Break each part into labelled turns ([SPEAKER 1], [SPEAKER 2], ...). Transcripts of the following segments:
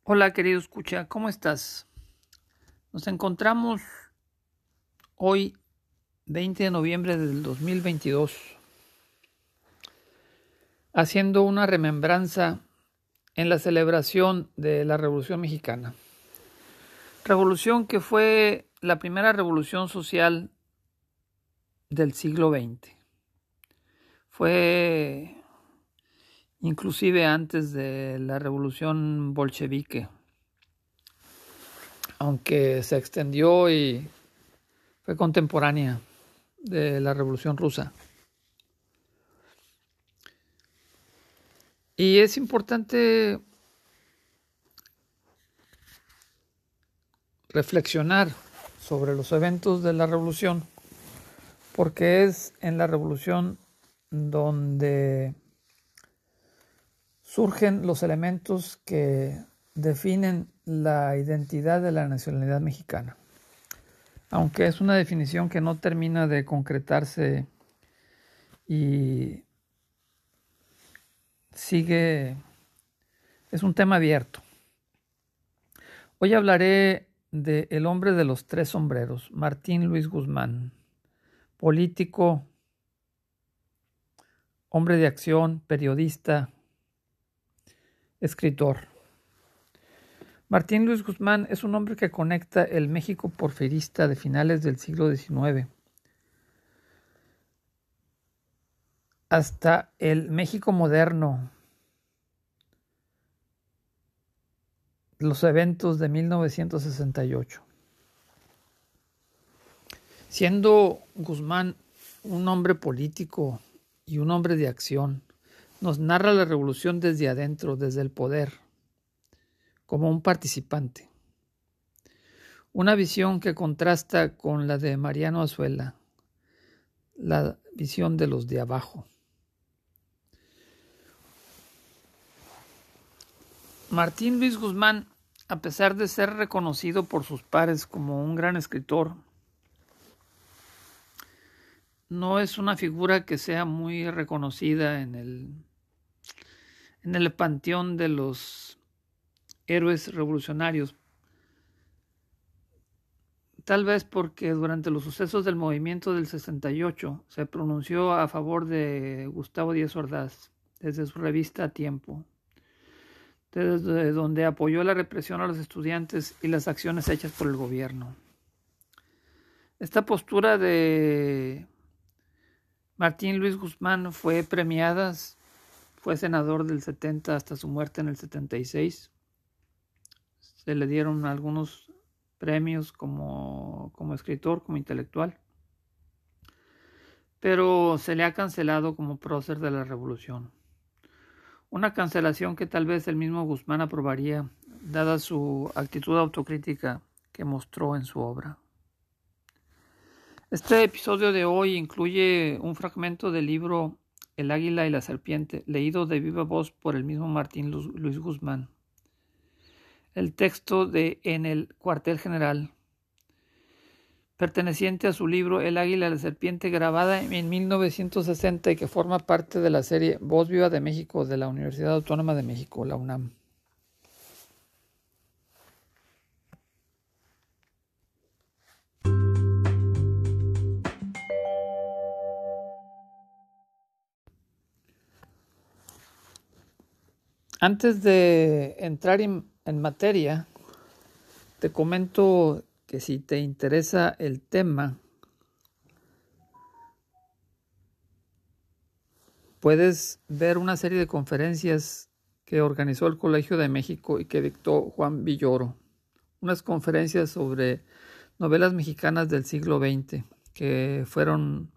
[SPEAKER 1] Hola querido escucha, ¿cómo estás? Nos encontramos hoy 20 de noviembre del 2022 haciendo una remembranza en la celebración de la Revolución Mexicana. Revolución que fue la primera revolución social del siglo XX. Fue inclusive antes de la Revolución Bolchevique, aunque se extendió y fue contemporánea de la Revolución Rusa. Y es importante reflexionar sobre los eventos de la revolución, porque es en la revolución donde surgen los elementos que definen la identidad de la nacionalidad mexicana. Aunque es una definición que no termina de concretarse y es un tema abierto. Hoy hablaré de El hombre de los tres sombreros, Martín Luis Guzmán, político, hombre de acción, periodista, escritor. Martín Luis Guzmán es un hombre que conecta el México porfirista de finales del siglo XIX hasta el México moderno, los eventos de 1968. Siendo Guzmán un hombre político y un hombre de acción, nos narra la revolución desde adentro, desde el poder, como un participante. Una visión que contrasta con la de Mariano Azuela, la visión de los de abajo. Martín Luis Guzmán, a pesar de ser reconocido por sus pares como un gran escritor, no es una figura que sea muy reconocida en el panteón de los héroes revolucionarios. Tal vez porque durante los sucesos del movimiento del 68 se pronunció a favor de Gustavo Díaz Ordaz desde su revista Tiempo, desde donde apoyó la represión a los estudiantes y las acciones hechas por el gobierno. Esta postura de Martín Luis Guzmán fue premiada, fue senador del 70 hasta su muerte en el 76. Se le dieron algunos premios como escritor, como intelectual, pero se le ha cancelado como prócer de la revolución. Una cancelación que tal vez el mismo Guzmán aprobaría, dada su actitud autocrítica que mostró en su obra. Este episodio de hoy incluye un fragmento del libro El águila y la serpiente, leído de viva voz por el mismo Martín Luis Guzmán. El texto de En el cuartel general, perteneciente a su libro El águila y la serpiente, grabada en 1960 y que forma parte de la serie Voz Viva de México de la Universidad Autónoma de México, la UNAM. Antes de entrar en materia, te comento que si te interesa el tema, puedes ver una serie de conferencias que organizó el Colegio de México y que dictó Juan Villoro. Unas conferencias sobre novelas mexicanas del siglo XX que fueron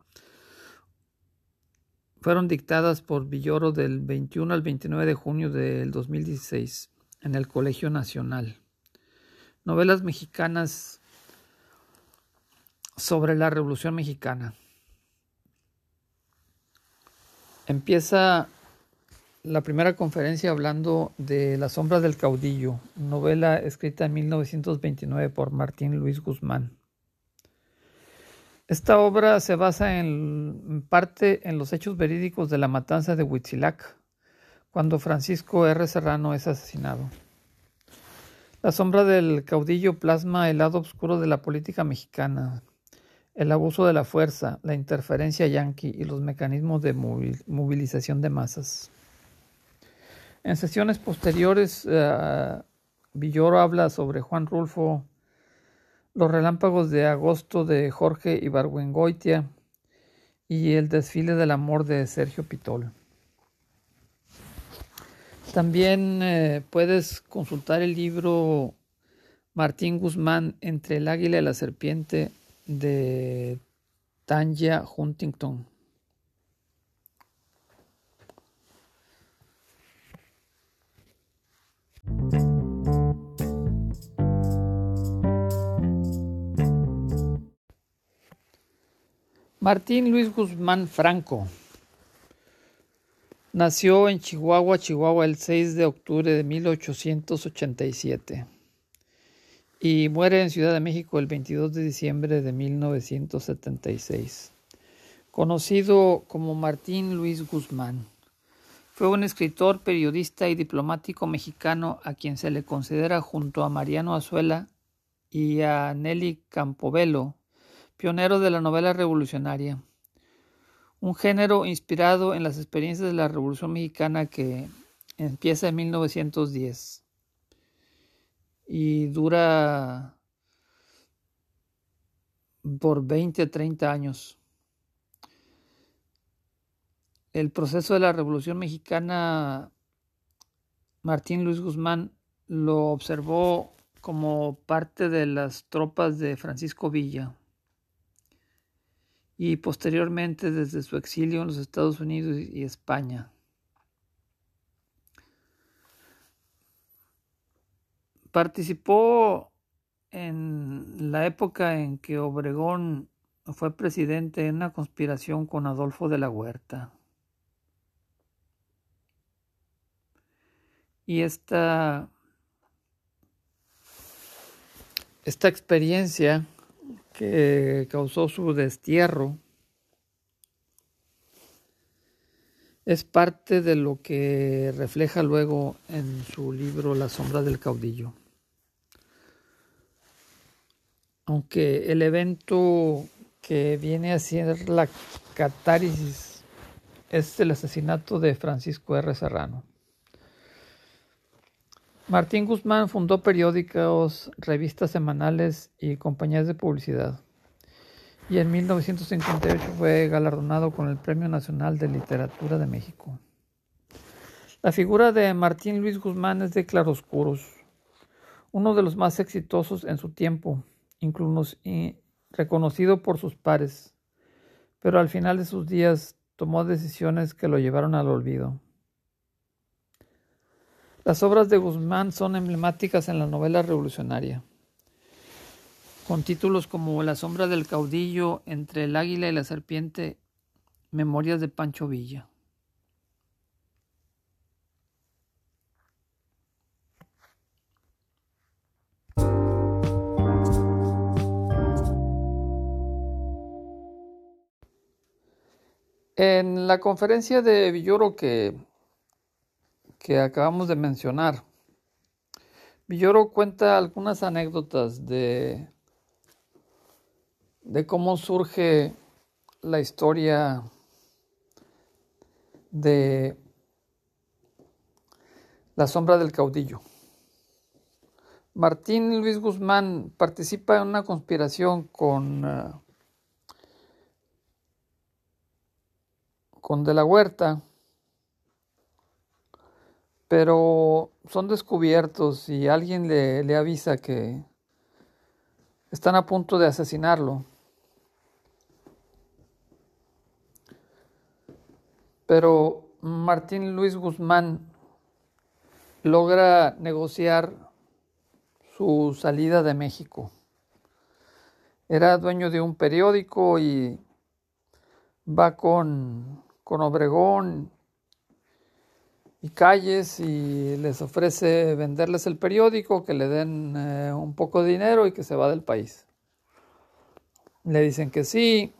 [SPEAKER 1] dictadas por Villoro del 21 al 29 de junio del 2016 en el Colegio Nacional. Novelas mexicanas sobre la Revolución Mexicana. Empieza la primera conferencia hablando de La sombra del caudillo, novela escrita en 1929 por Martín Luis Guzmán. Esta obra se basa en parte en los hechos verídicos de la matanza de Huitzilac, cuando Francisco R. Serrano es asesinado. La sombra del caudillo plasma el lado oscuro de la política mexicana, el abuso de la fuerza, la interferencia yanqui y los mecanismos de movilización de masas. En sesiones posteriores, Villoro habla sobre Juan Rulfo, los relámpagos de agosto de Jorge Ibargüengoitia y el desfile del amor de Sergio Pitol. También puedes consultar el libro Martín Guzmán, Entre el águila y la serpiente, de Tanya Huntington. Martín Luis Guzmán Franco nació en Chihuahua, el 6 de octubre de 1887 y muere en Ciudad de México el 22 de diciembre de 1976. Conocido como Martín Luis Guzmán, fue un escritor, periodista y diplomático mexicano a quien se le considera, junto a Mariano Azuela y a Nelly Campobello, pionero de la novela revolucionaria, un género inspirado en las experiencias de la Revolución Mexicana que empieza en 1910 y dura por 20 a 30 años. El proceso de la Revolución Mexicana, Martín Luis Guzmán lo observó como parte de las tropas de Francisco Villa y posteriormente desde su exilio en los Estados Unidos y España. Participó en la época en que Obregón fue presidente en una conspiración con Adolfo de la Huerta. Y esta experiencia que causó su destierro es parte de lo que refleja luego en su libro La sombra del caudillo. Aunque el evento que viene a ser la catáresis es el asesinato de Francisco R. Serrano. Martín Guzmán fundó periódicos, revistas semanales y compañías de publicidad. Y en 1958 fue galardonado con el Premio Nacional de Literatura de México. La figura de Martín Luis Guzmán es de claroscuros, uno de los más exitosos en su tiempo, incluso reconocido por sus pares, pero al final de sus días tomó decisiones que lo llevaron al olvido. Las obras de Guzmán son emblemáticas en la novela revolucionaria, con títulos como La sombra del caudillo, Entre el águila y la serpiente, Memorias de Pancho Villa. En la conferencia de Villoro que acabamos de mencionar, Villoro cuenta algunas anécdotas de cómo surge la historia de La sombra del caudillo. Martín Luis Guzmán participa en una conspiración con De la Huerta, pero son descubiertos y alguien le avisa que están a punto de asesinarlo. Pero Martín Luis Guzmán logra negociar su salida de México. Era dueño de un periódico y va con Obregón y Calles y les ofrece venderles el periódico, que le den un poco de dinero y que se va del país. Le dicen que sí.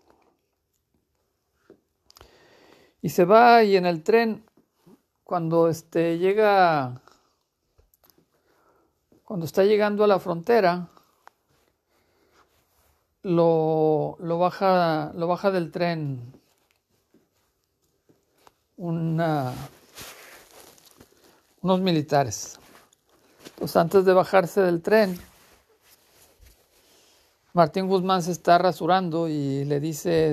[SPEAKER 1] Y se va, y en el tren, cuando llega Cuando está llegando a la frontera, lo baja del tren unos militares. Pues antes de bajarse del tren, Martín Guzmán se está rasurando y le dice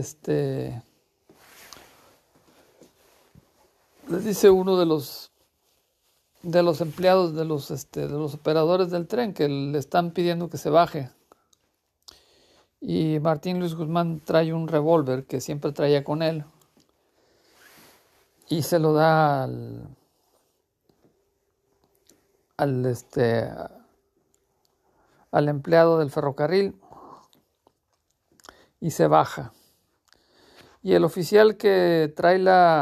[SPEAKER 1] uno de los empleados, de los operadores del tren, que le están pidiendo que se baje. Y Martín Luis Guzmán trae un revólver que siempre traía con él y se lo da al empleado del ferrocarril y se baja. Y el oficial que trae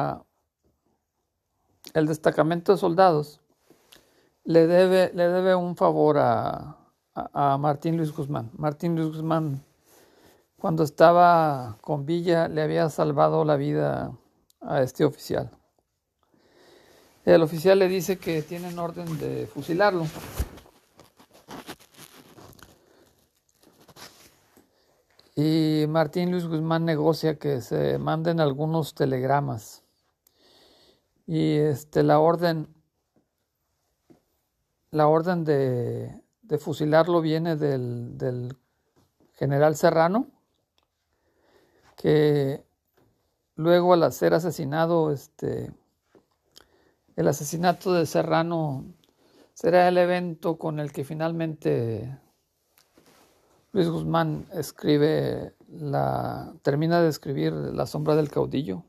[SPEAKER 1] el destacamento de soldados le debe un favor a Martín Luis Guzmán. Martín Luis Guzmán, cuando estaba con Villa, le había salvado la vida a este oficial. El oficial le dice que tienen orden de fusilarlo. Y Martín Luis Guzmán negocia que se manden algunos telegramas. Y la orden de fusilarlo viene del general Serrano, que luego, al ser asesinado, el asesinato de Serrano será el evento con el que finalmente Luis Guzmán termina de escribir La sombra del caudillo.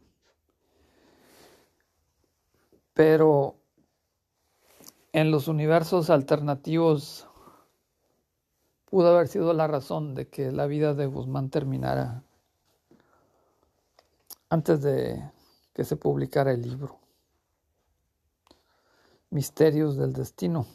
[SPEAKER 1] Pero en los universos alternativos pudo haber sido la razón de que la vida de Guzmán terminara antes de que se publicara el libro Misterios del Destino.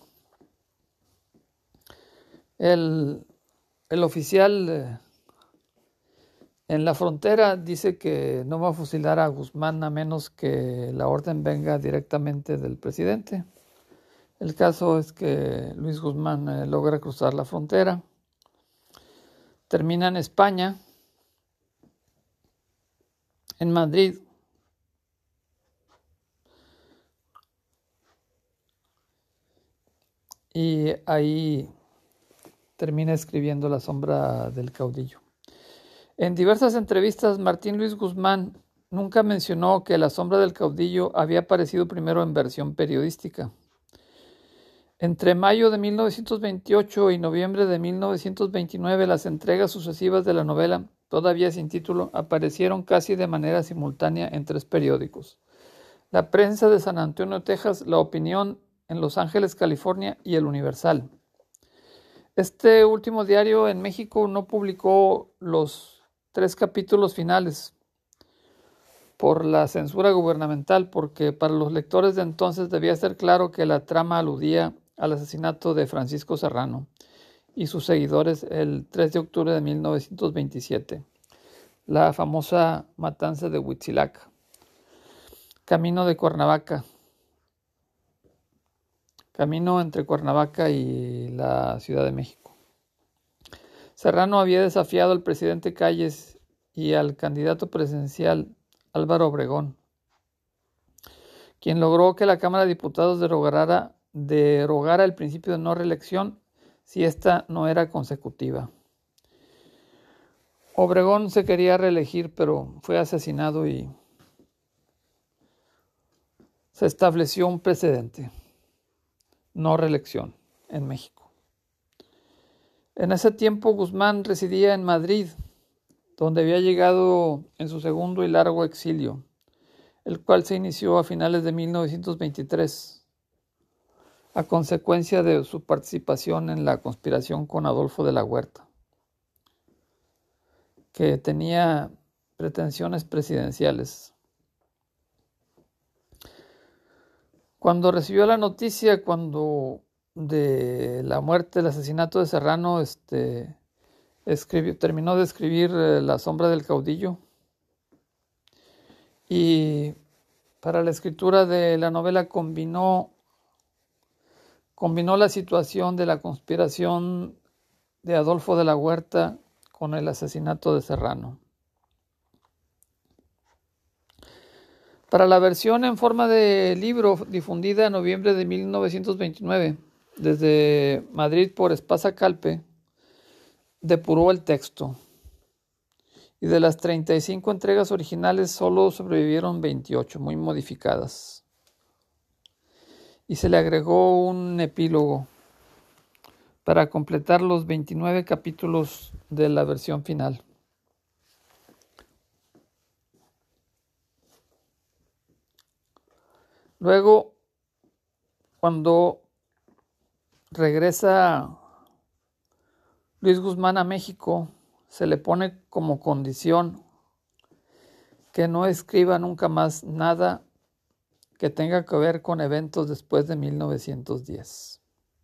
[SPEAKER 1] El oficial en la frontera dice que no va a fusilar a Guzmán a menos que la orden venga directamente del presidente. El caso es que Luis Guzmán logra cruzar la frontera, termina en España, en Madrid, y ahí termina escribiendo La sombra del caudillo. En diversas entrevistas, Martín Luis Guzmán nunca mencionó que La sombra del caudillo había aparecido primero en versión periodística. Entre mayo de 1928 y noviembre de 1929, las entregas sucesivas de la novela, todavía sin título, aparecieron casi de manera simultánea en 3 periódicos: La Prensa de San Antonio, Texas, La Opinión en Los Ángeles, California y El Universal. Este último diario en México no publicó los 3 capítulos finales por la censura gubernamental, porque para los lectores de entonces debía ser claro que la trama aludía al asesinato de Francisco Serrano y sus seguidores el 3 de octubre de 1927, la famosa matanza de Huitzilac, camino entre Cuernavaca y la Ciudad de México. Serrano había desafiado al presidente Calles y al candidato presidencial Álvaro Obregón, quien logró que la Cámara de Diputados derogara el principio de no reelección si ésta no era consecutiva. Obregón se quería reelegir, pero fue asesinado y se estableció un precedente: no reelección en México. En ese tiempo Guzmán residía en Madrid, donde había llegado en su segundo y largo exilio, el cual se inició a finales de 1923, a consecuencia de su participación en la conspiración con Adolfo de la Huerta, que tenía pretensiones presidenciales. Cuando recibió la noticia de la muerte, el asesinato de Serrano, terminó de escribir La sombra del caudillo, y para la escritura de la novela combinó combinó la situación de la conspiración de Adolfo de la Huerta con el asesinato de Serrano. Para la versión en forma de libro difundida en noviembre de 1929 desde Madrid por Espasa Calpe, depuró el texto, y de las 35 entregas originales solo sobrevivieron 28, muy modificadas, y se le agregó un epílogo para completar los 29 capítulos de la versión final. Luego, cuando regresa Luis Guzmán a México, se le pone como condición que no escriba nunca más nada que tenga que ver con eventos después de 1910.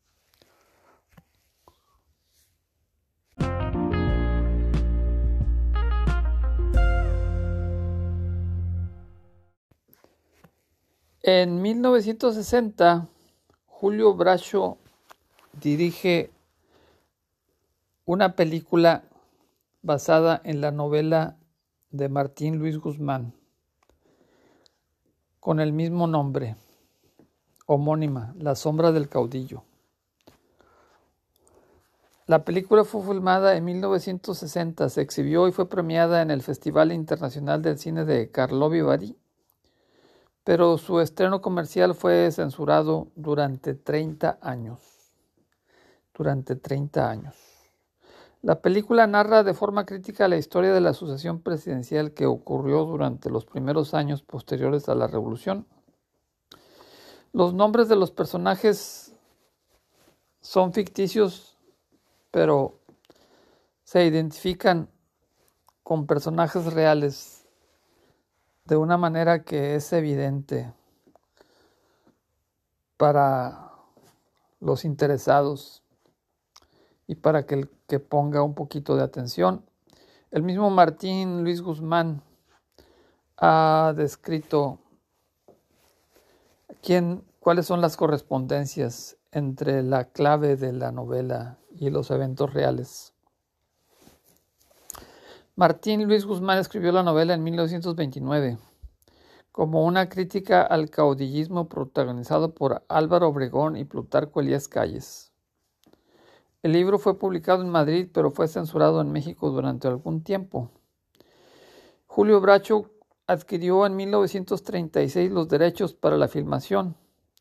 [SPEAKER 1] En 1960, Julio Bracho dirige una película basada en la novela de Martín Luis Guzmán, con el mismo nombre, homónima, La sombra del caudillo. La película fue filmada en 1960, se exhibió y fue premiada en el Festival Internacional del Cine de Karlovy Vary, pero su estreno comercial fue censurado durante 30 años. La película narra de forma crítica la historia de la sucesión presidencial que ocurrió durante los primeros años posteriores a la Revolución. Los nombres de los personajes son ficticios, pero se identifican con personajes reales de una manera que es evidente para los interesados y para que el que ponga un poquito de atención. El mismo Martín Luis Guzmán ha descrito cuáles son las correspondencias entre la clave de la novela y los eventos reales. Martín Luis Guzmán escribió la novela en 1929 como una crítica al caudillismo protagonizado por Álvaro Obregón y Plutarco Elías Calles. El libro fue publicado en Madrid, pero fue censurado en México durante algún tiempo. Julio Bracho adquirió en 1936 los derechos para la filmación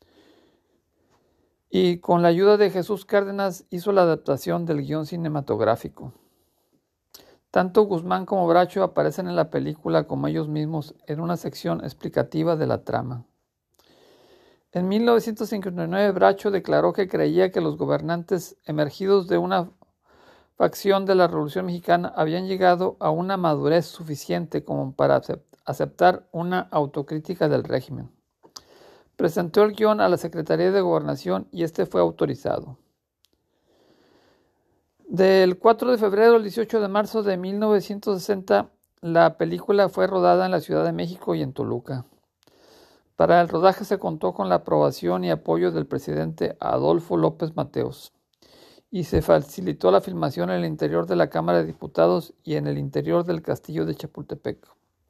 [SPEAKER 1] y con la ayuda de Jesús Cárdenas hizo la adaptación del guión cinematográfico. Tanto Guzmán como Bracho aparecen en la película como ellos mismos en una sección explicativa de la trama. En 1959, Bracho declaró que creía que los gobernantes emergidos de una facción de la Revolución Mexicana habían llegado a una madurez suficiente como para aceptar una autocrítica del régimen. Presentó el guión a la Secretaría de Gobernación y este fue autorizado. Del 4 de febrero al 18 de marzo de 1960, la película fue rodada en la Ciudad de México y en Toluca. Para el rodaje se contó con la aprobación y apoyo del presidente Adolfo López Mateos y se facilitó la filmación en el interior de la Cámara de Diputados y en el interior del Castillo de Chapultepec.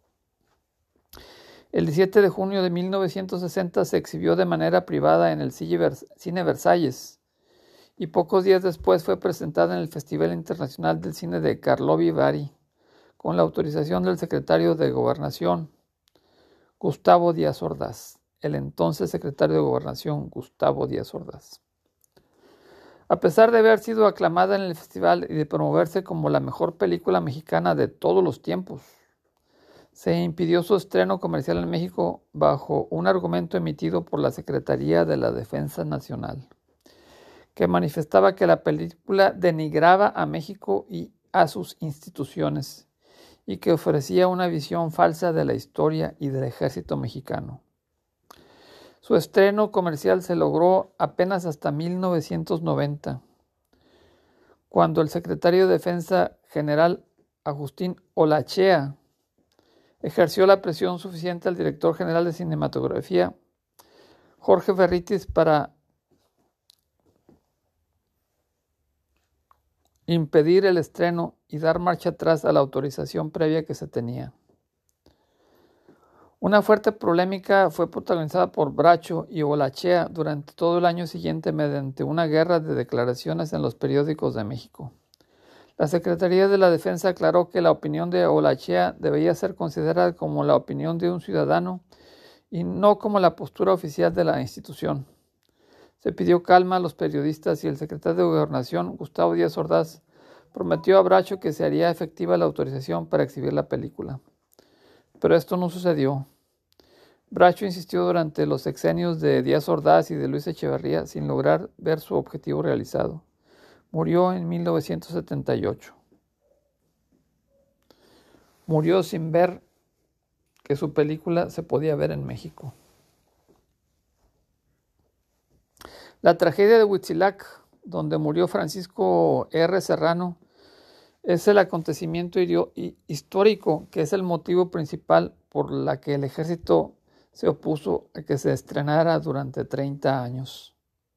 [SPEAKER 1] El 17 de junio de 1960 se exhibió de manera privada en el Cine Versalles y pocos días después fue presentada en el Festival Internacional del Cine de Karlovy Vary con la autorización del secretario de Gobernación, Gustavo Díaz Ordaz, el entonces secretario de Gobernación, Gustavo Díaz Ordaz. A pesar de haber sido aclamada en el festival y de promoverse como la mejor película mexicana de todos los tiempos, se impidió su estreno comercial en México bajo un argumento emitido por la Secretaría de la Defensa Nacional, que manifestaba que la película denigraba a México y a sus instituciones y que ofrecía una visión falsa de la historia y del ejército mexicano. Su estreno comercial se logró apenas hasta 1990, cuando el secretario de Defensa General Agustín Olachea ejerció la presión suficiente al director general de cinematografía, Jorge Ferritis, para impedir el estreno y dar marcha atrás a la autorización previa que se tenía. Una fuerte polémica fue protagonizada por Bracho y Olachea durante todo el año siguiente mediante una guerra de declaraciones en los periódicos de México. La Secretaría de la Defensa aclaró que la opinión de Olachea debía ser considerada como la opinión de un ciudadano y no como la postura oficial de la institución. Se pidió calma a los periodistas y el secretario de Gobernación, Gustavo Díaz Ordaz, prometió a Bracho que se haría efectiva la autorización para exhibir la película. Pero esto no sucedió. Bracho insistió durante los sexenios de Díaz Ordaz y de Luis Echeverría sin lograr ver su objetivo realizado. Murió en 1978. Murió sin ver que su película se podía ver en México. La tragedia de Huitzilac, donde murió Francisco R. Serrano, es el acontecimiento histórico que es el motivo principal por la que el ejército se opuso a que se estrenara durante 30 años.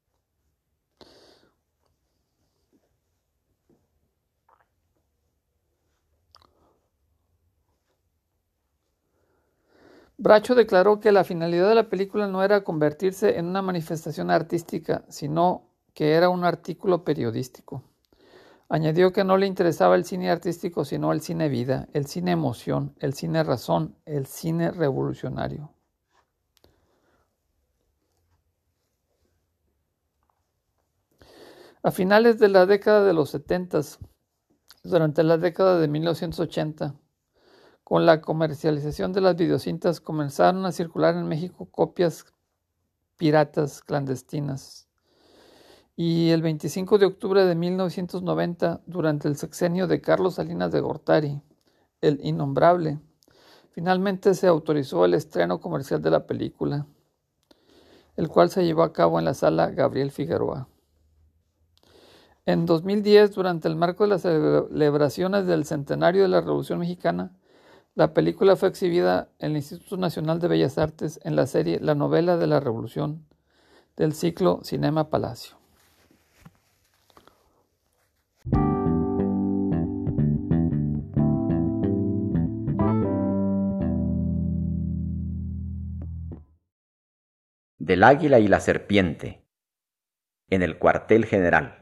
[SPEAKER 1] Bracho declaró que la finalidad de la película no era convertirse en una manifestación artística, sino que era un artículo periodístico. Añadió que no le interesaba el cine artístico, sino el cine vida, el cine emoción, el cine razón, el cine revolucionario. A finales de la década de los 70, durante la década de 1980, con la comercialización de las videocintas, comenzaron a circular en México copias piratas clandestinas. Y el 25 de octubre de 1990, durante el sexenio de Carlos Salinas de Gortari, el innombrable, finalmente se autorizó el estreno comercial de la película, el cual se llevó a cabo en la sala Gabriel Figueroa. En 2010, durante el marco de las celebraciones del centenario de la Revolución Mexicana, la película fue exhibida en el Instituto Nacional de Bellas Artes en la serie La Novela de la Revolución, del ciclo Cinema Palacio.
[SPEAKER 2] Del águila y la serpiente, en el cuartel general.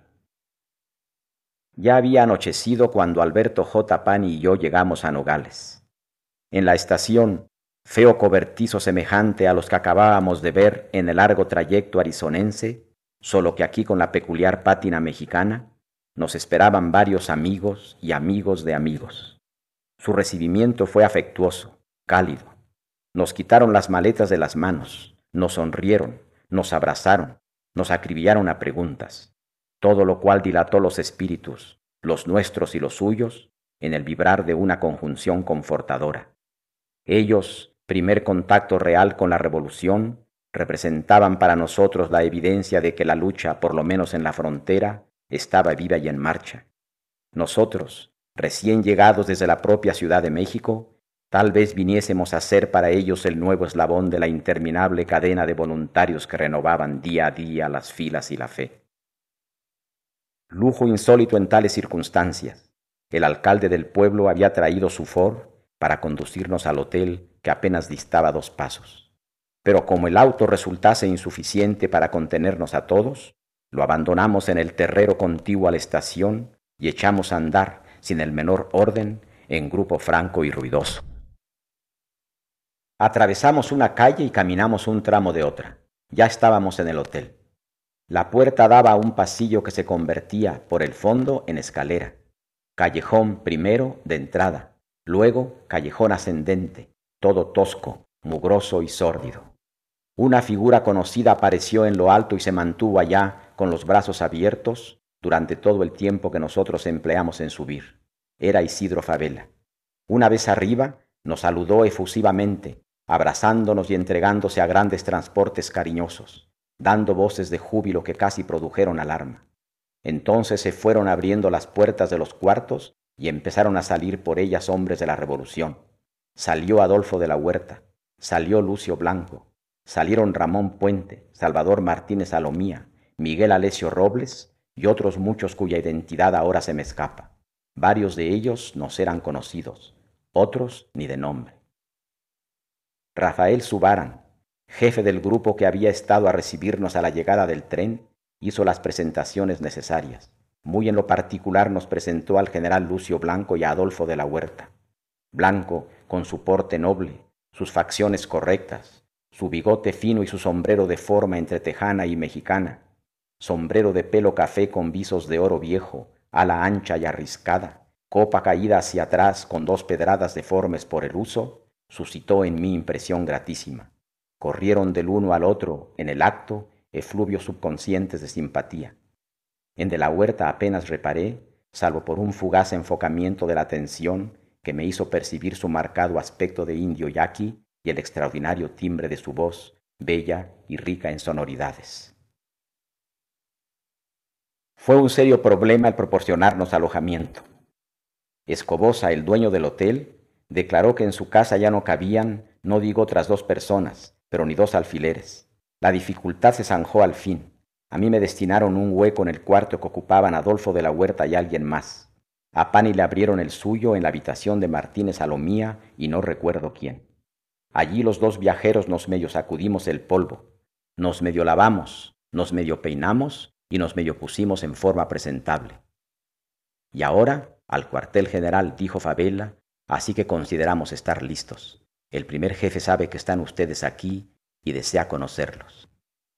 [SPEAKER 2] Ya había anochecido cuando Alberto J. Pani y yo llegamos a Nogales. En la estación, feo cobertizo semejante a los que acabábamos de ver en el largo trayecto arizonense, solo que aquí con la peculiar pátina mexicana, nos esperaban varios amigos y amigos de amigos. Su recibimiento fue afectuoso, cálido. Nos quitaron las maletas de las manos, nos sonrieron, nos abrazaron, nos acribillaron a preguntas, todo lo cual dilató los espíritus, los nuestros y los suyos, en el vibrar de una conjunción confortadora. Ellos, primer contacto real con la revolución, representaban para nosotros la evidencia de que la lucha, por lo menos en la frontera, estaba viva y en marcha. Nosotros, recién llegados desde la propia Ciudad de México, tal vez viniésemos a ser para ellos el nuevo eslabón de la interminable cadena de voluntarios que renovaban día a día las filas y la fe. Lujo insólito en tales circunstancias. El alcalde del pueblo había traído su Ford para conducirnos al hotel que apenas distaba 2 pasos. Pero como el auto resultase insuficiente para contenernos a todos, lo abandonamos en el terrero contiguo a la estación y echamos a andar, sin el menor orden, en grupo franco y ruidoso. Atravesamos una calle y caminamos un tramo de otra. Ya estábamos en el hotel. La puerta daba a un pasillo que se convertía, por el fondo, en escalera. Callejón primero de entrada, luego callejón ascendente, todo tosco, mugroso y sórdido. Una figura conocida apareció en lo alto y se mantuvo allá, con los brazos abiertos, durante todo el tiempo que nosotros empleamos en subir. Era Isidro Fabela. Una vez arriba, nos saludó efusivamente, abrazándonos y entregándose a grandes transportes cariñosos, dando voces de júbilo que casi produjeron alarma. Entonces se fueron abriendo las puertas de los cuartos y empezaron a salir por ellas hombres de la Revolución. Salió Adolfo de la Huerta, salió Lucio Blanco, salieron Ramón Puente, Salvador Martínez Alomía, Miguel Alesio Robles y otros muchos cuya identidad ahora se me escapa. Varios de ellos nos eran conocidos, otros ni de nombre. Rafael Subaran, jefe del grupo que había estado a recibirnos a la llegada del tren, hizo las presentaciones necesarias. Muy en lo particular nos presentó al general Lucio Blanco y a Adolfo de la Huerta. Blanco, con su porte noble, sus facciones correctas, su bigote fino y su sombrero de forma entre tejana y mexicana, sombrero de pelo café con visos de oro viejo, ala ancha y arriscada, copa caída hacia atrás con 2 pedradas deformes por el uso, suscitó en mí impresión gratísima. Corrieron del uno al otro, en el acto, efluvios subconscientes de simpatía. En de la Huerta apenas reparé, salvo por un fugaz enfocamiento de la atención que me hizo percibir su marcado aspecto de indio yaqui y el extraordinario timbre de su voz, bella y rica en sonoridades. Fue un serio problema el proporcionarnos alojamiento. Escobosa, el dueño del hotel, declaró que en su casa ya no cabían, no digo otras 2 personas, pero ni 2 alfileres. La dificultad se zanjó al fin. A mí me destinaron un hueco en el cuarto que ocupaban Adolfo de la Huerta y alguien más. A Pani le abrieron el suyo en la habitación de Martínez Alomía y no recuerdo quién. Allí los 2 viajeros nos medio sacudimos el polvo, nos medio lavamos, nos medio peinamos y nos medio pusimos en forma presentable. Y ahora, al cuartel general, dijo Fabela, así que consideramos estar listos. El primer jefe sabe que están ustedes aquí y desea conocerlos.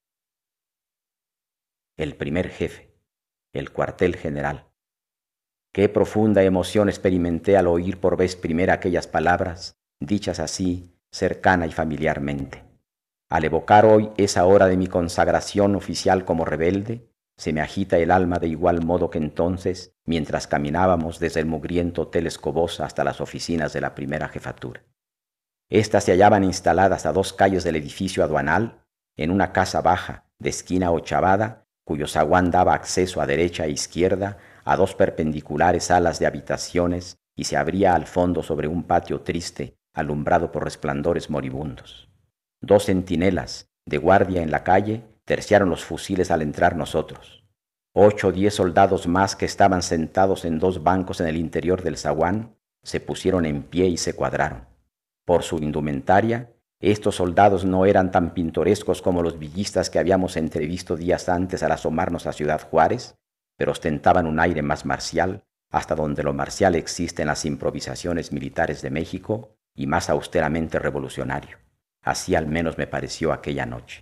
[SPEAKER 2] El primer jefe, el cuartel general. Qué profunda emoción experimenté al oír por vez primera aquellas palabras, dichas así, cercana y familiarmente. Al evocar hoy esa hora de mi consagración oficial como rebelde, se me agita el alma de igual modo que entonces, mientras caminábamos desde el mugriento Hotel Escobosa hasta las oficinas de la primera jefatura. Estas se hallaban instaladas a 2 calles del edificio aduanal, en una casa baja, de esquina ochavada, cuyo zaguán daba acceso a derecha e izquierda a 2 perpendiculares alas de habitaciones y se abría al fondo sobre un patio triste, alumbrado por resplandores moribundos. 2 centinelas, de guardia en la calle, terciaron los fusiles al entrar nosotros. 8 o 10 soldados más que estaban sentados en 2 bancos en el interior del zaguán, se pusieron en pie y se cuadraron. Por su indumentaria, estos soldados no eran tan pintorescos como los villistas que habíamos entrevisto días antes al asomarnos a Ciudad Juárez, pero ostentaban un aire más marcial, hasta donde lo marcial existe en las improvisaciones militares de México, y más austeramente revolucionario. Así al menos me pareció aquella noche.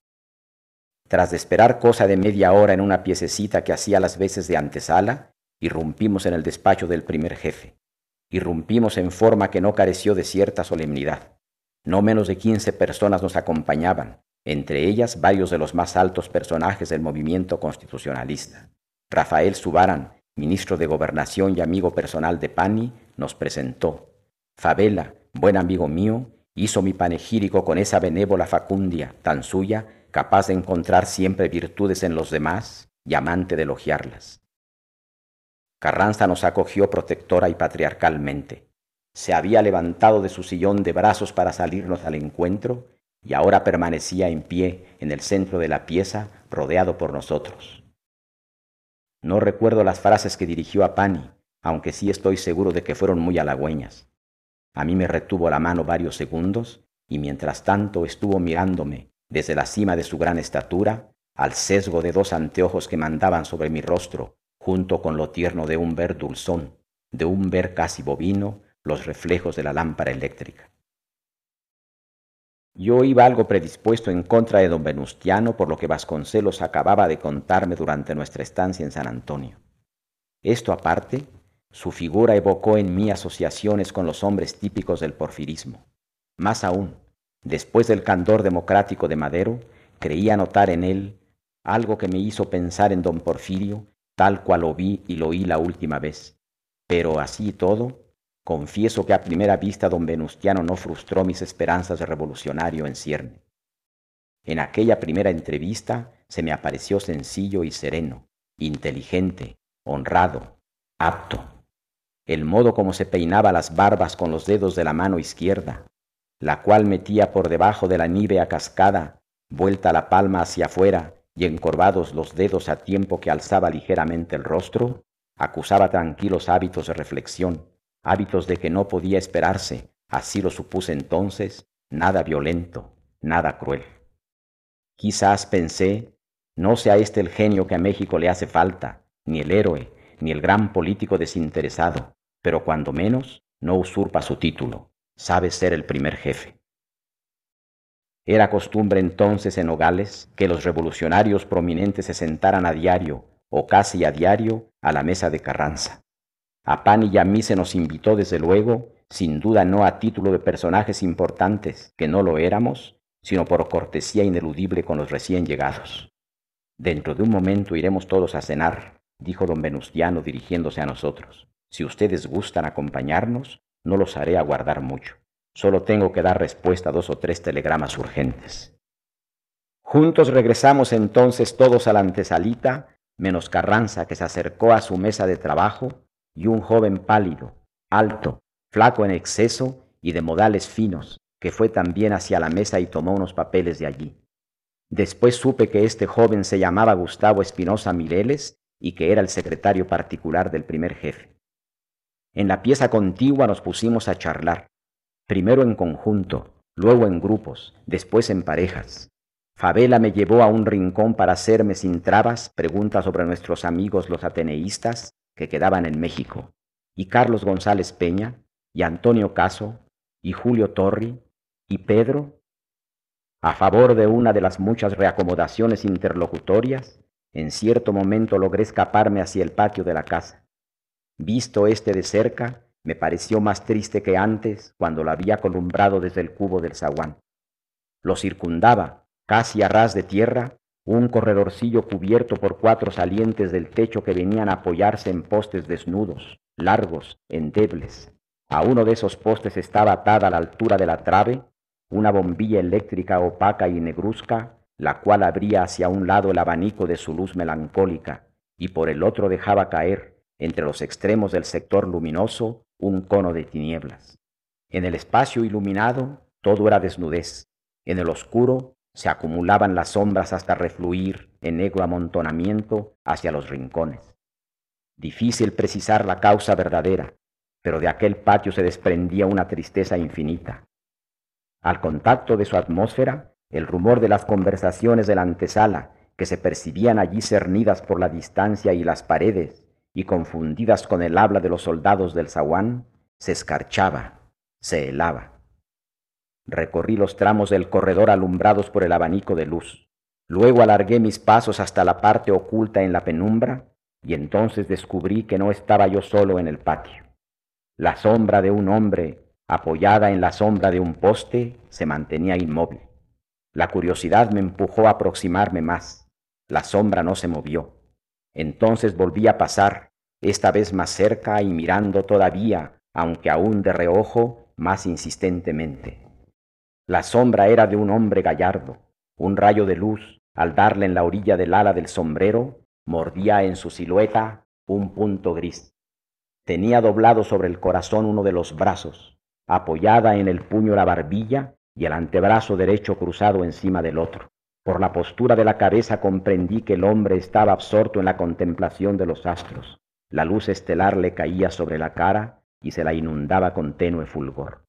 [SPEAKER 2] Tras de esperar cosa de media hora en una piececita que hacía las veces de antesala, irrumpimos en el despacho del primer jefe. Irrumpimos en forma que no careció de cierta solemnidad. No menos de 15 personas nos acompañaban, entre ellas varios de los más altos personajes del movimiento constitucionalista. Rafael Subaran, ministro de Gobernación y amigo personal de Pani, nos presentó. Fabela, buen amigo mío, hizo mi panegírico con esa benévola facundia, tan suya, capaz de encontrar siempre virtudes en los demás y amante de elogiarlas. Carranza nos acogió protectora y patriarcalmente. Se había levantado de su sillón de brazos para salirnos al encuentro y ahora permanecía en pie en el centro de la pieza, rodeado por nosotros. No recuerdo las frases que dirigió a Pani, aunque sí estoy seguro de que fueron muy halagüeñas. A mí me retuvo la mano varios segundos y mientras tanto estuvo mirándome desde la cima de su gran estatura, al sesgo de 2 anteojos que mandaban sobre mi rostro, junto con lo tierno de un ver dulzón, de un ver casi bovino, los reflejos de la lámpara eléctrica. Yo iba algo predispuesto en contra de don Venustiano por lo que Vasconcelos acababa de contarme durante nuestra estancia en San Antonio. Esto aparte, su figura evocó en mí asociaciones con los hombres típicos del porfirismo. Más aún, después del candor democrático de Madero, creía notar en él algo que me hizo pensar en don Porfirio, tal cual lo vi y lo oí la última vez. Pero así y todo, confieso que a primera vista don Venustiano no frustró mis esperanzas de revolucionario en cierne. En aquella primera entrevista se me apareció sencillo y sereno, inteligente, honrado, apto. El modo como se peinaba las barbas con los dedos de la mano izquierda, la cual metía por debajo de la nívea cascada, vuelta la palma hacia afuera y encorvados los dedos a tiempo que alzaba ligeramente el rostro, acusaba tranquilos hábitos de reflexión, hábitos de que no podía esperarse, así lo supuse entonces, nada violento, nada cruel. Quizás pensé, no sea este el genio que a México le hace falta, ni el héroe, ni el gran político desinteresado, pero cuando menos no usurpa su título, sabe ser el primer jefe. Era costumbre entonces en Nogales que los revolucionarios prominentes se sentaran a diario, o casi a diario, a la mesa de Carranza. A Pan y a mí se nos invitó desde luego, sin duda no a título de personajes importantes, que no lo éramos, sino por cortesía ineludible con los recién llegados. Dentro de un momento iremos todos a cenar, dijo don Venustiano dirigiéndose a nosotros. Si ustedes gustan acompañarnos, no los haré aguardar mucho. Solo tengo que dar respuesta a 2 o 3 telegramas urgentes. Juntos regresamos entonces todos a la antesalita, menos Carranza, que se acercó a su mesa de trabajo, y un joven pálido, alto, flaco en exceso y de modales finos, que fue también hacia la mesa y tomó unos papeles de allí. Después supe que este joven se llamaba Gustavo Espinosa Mireles y que era el secretario particular del primer jefe. En la pieza contigua nos pusimos a charlar, primero en conjunto, luego en grupos, después en parejas. Fabela me llevó a un rincón para hacerme sin trabas preguntas sobre nuestros amigos los ateneístas que quedaban en México, y Carlos González Peña, y Antonio Caso, y Julio Torri, y Pedro. A favor de una de las muchas reacomodaciones interlocutorias, en cierto momento logré escaparme hacia el patio de la casa. Visto este de cerca, me pareció más triste que antes cuando lo había columbrado desde el cubo del zaguán. Lo circundaba, casi a ras de tierra, un corredorcillo cubierto por 4 salientes del techo que venían a apoyarse en postes desnudos, largos, endebles. A uno de esos postes estaba atada a la altura de la trave una bombilla eléctrica opaca y negruzca, la cual abría hacia un lado el abanico de su luz melancólica y por el otro dejaba caer, entre los extremos del sector luminoso, un cono de tinieblas. En el espacio iluminado todo era desnudez. En el oscuro se acumulaban las sombras hasta refluir en negro amontonamiento hacia los rincones. Difícil precisar la causa verdadera, pero de aquel patio se desprendía una tristeza infinita. Al contacto de su atmósfera, el rumor de las conversaciones de la antesala, que se percibían allí cernidas por la distancia y las paredes, y confundidas con el habla de los soldados del zaguán, se escarchaba, se helaba. Recorrí los tramos del corredor alumbrados por el abanico de luz. Luego alargué mis pasos hasta la parte oculta en la penumbra, y entonces descubrí que no estaba yo solo en el patio. La sombra de un hombre, apoyada en la sombra de un poste, se mantenía inmóvil. La curiosidad me empujó a aproximarme más. La sombra no se movió. Entonces volví a pasar, esta vez más cerca y mirando todavía, aunque aún de reojo, más insistentemente. La sombra era de un hombre gallardo. Un rayo de luz, al darle en la orilla del ala del sombrero, mordía en su silueta un punto gris. Tenía doblado sobre el corazón uno de los brazos, apoyada en el puño la barbilla y el antebrazo derecho cruzado encima del otro. Por la postura de la cabeza comprendí que el hombre estaba absorto en la contemplación de los astros. La luz estelar le caía sobre la cara y se la inundaba con tenue fulgor.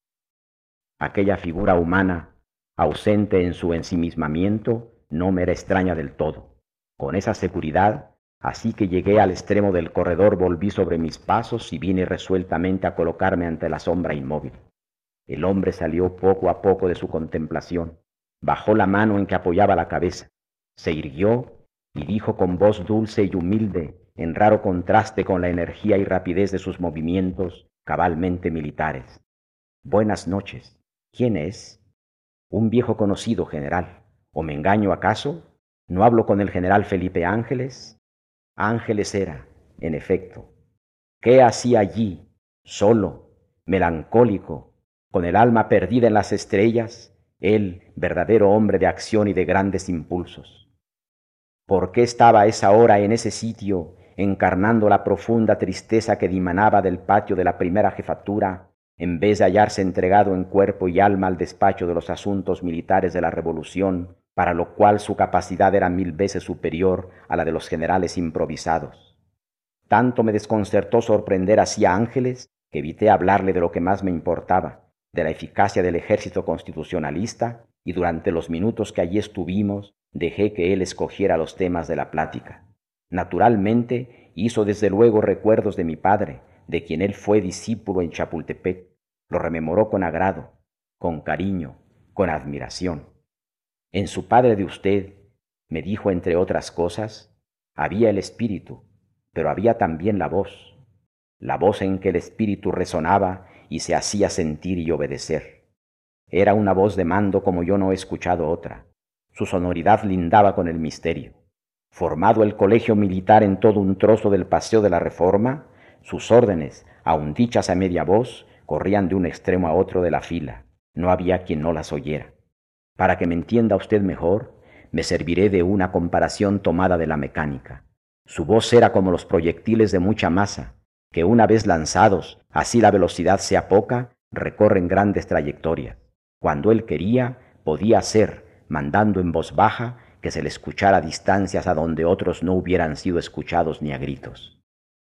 [SPEAKER 2] Aquella figura humana, ausente en su ensimismamiento, no me era extraña del todo. Con esa seguridad, así que llegué al extremo del corredor, volví sobre mis pasos y vine resueltamente a colocarme ante la sombra inmóvil. El hombre salió poco a poco de su contemplación, bajó la mano en que apoyaba la cabeza, se irguió y dijo con voz dulce y humilde, en raro contraste con la energía y rapidez de sus movimientos cabalmente militares: «Buenas noches. ¿Quién es?» «Un viejo conocido, general. ¿O me engaño acaso? ¿No hablo con el general Felipe Ángeles?» Ángeles era, en efecto. ¿Qué hacía allí, solo, melancólico, con el alma perdida en las estrellas, él, verdadero hombre de acción y de grandes impulsos? ¿Por qué estaba a esa hora en ese sitio, encarnando la profunda tristeza que dimanaba del patio de la primera jefatura, en vez de hallarse entregado en cuerpo y alma al despacho de los asuntos militares de la Revolución, para lo cual su capacidad era 1000 veces superior a la de los generales improvisados. Tanto me desconcertó sorprender así a Ángeles que evité hablarle de lo que más me importaba, de la eficacia del ejército constitucionalista, y durante los minutos que allí estuvimos dejé que él escogiera los temas de la plática. Naturalmente hizo desde luego recuerdos de mi padre, de quien él fue discípulo en Chapultepec. Lo rememoró con agrado, con cariño, con admiración. En su padre de usted, me dijo entre otras cosas, había el espíritu, pero había también la voz en que el espíritu resonaba y se hacía sentir y obedecer. Era una voz de mando como yo no he escuchado otra. Su sonoridad lindaba con el misterio. Formado el colegio militar en todo un trozo del Paseo de la Reforma, sus órdenes, aun dichas a media voz, corrían de un extremo a otro de la fila. No había quien no las oyera. Para que me entienda usted mejor, me serviré de una comparación tomada de la mecánica. Su voz era como los proyectiles de mucha masa, que una vez lanzados, así la velocidad sea poca, recorren grandes trayectorias. Cuando él quería, podía hacer, mandando en voz baja, que se le escuchara a distancias a donde otros no hubieran sido escuchados ni a gritos.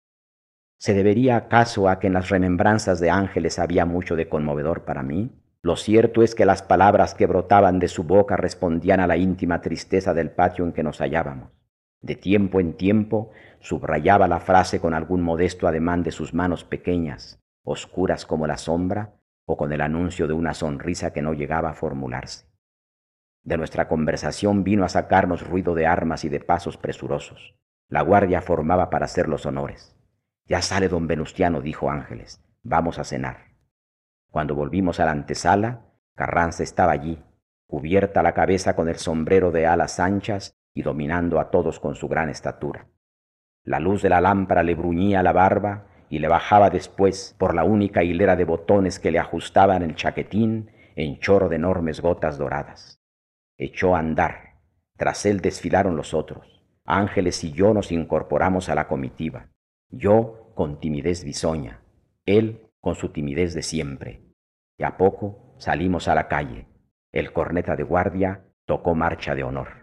[SPEAKER 2] ¿Se debería acaso a que en las remembranzas de Ángeles había mucho de conmovedor para mí? Lo cierto es que las palabras que brotaban de su boca respondían a la íntima tristeza del patio en que nos hallábamos. De tiempo en tiempo subrayaba la frase con algún modesto ademán de sus manos pequeñas, oscuras como la sombra, o con el anuncio de una sonrisa que no llegaba a formularse. De nuestra conversación vino a sacarnos ruido de armas y de pasos presurosos. La guardia formaba para hacer los honores. Ya sale don Venustiano, dijo Ángeles. Vamos a cenar. Cuando volvimos a la antesala, Carranza estaba allí, cubierta la cabeza con el sombrero de alas anchas y dominando a todos con su gran estatura. La luz de la lámpara le bruñía la barba y le bajaba después por la única hilera de botones que le ajustaban el chaquetín en chorro de enormes gotas doradas. Echó a andar. Tras él desfilaron los otros. Ángeles y yo nos incorporamos a la comitiva. Yo con timidez bisoña, él con su timidez de siempre. Y a poco salimos a la calle. El corneta de guardia tocó marcha de honor.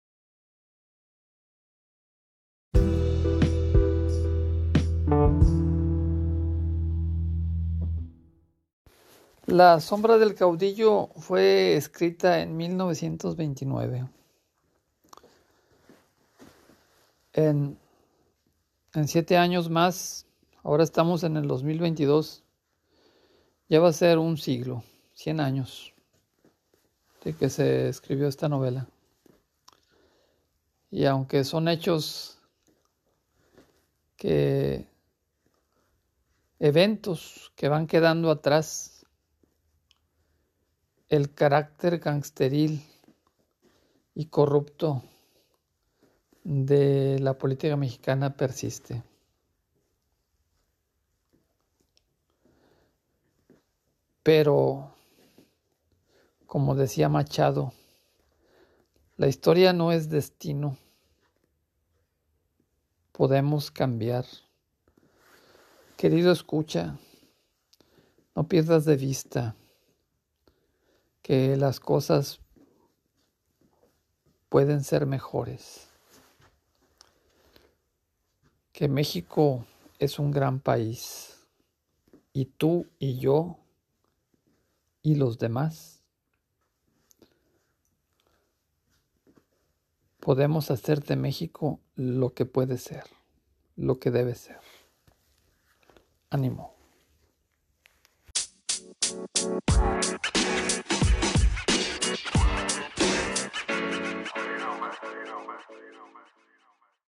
[SPEAKER 1] La sombra del caudillo fue escrita en 1929. En 7 años más, ahora estamos en el 2022, ya va a ser un siglo, 100 años de que se escribió esta novela. Y aunque son hechos eventos que van quedando atrás, el carácter gangsteril y corrupto de la política mexicana persiste. Pero, como decía Machado, la historia no es destino. Podemos cambiar. Querido escucha, no pierdas de vista que las cosas pueden ser mejores. Que México es un gran país y tú y yo y los demás podemos hacer de México lo que puede ser, lo que debe ser. Ánimo.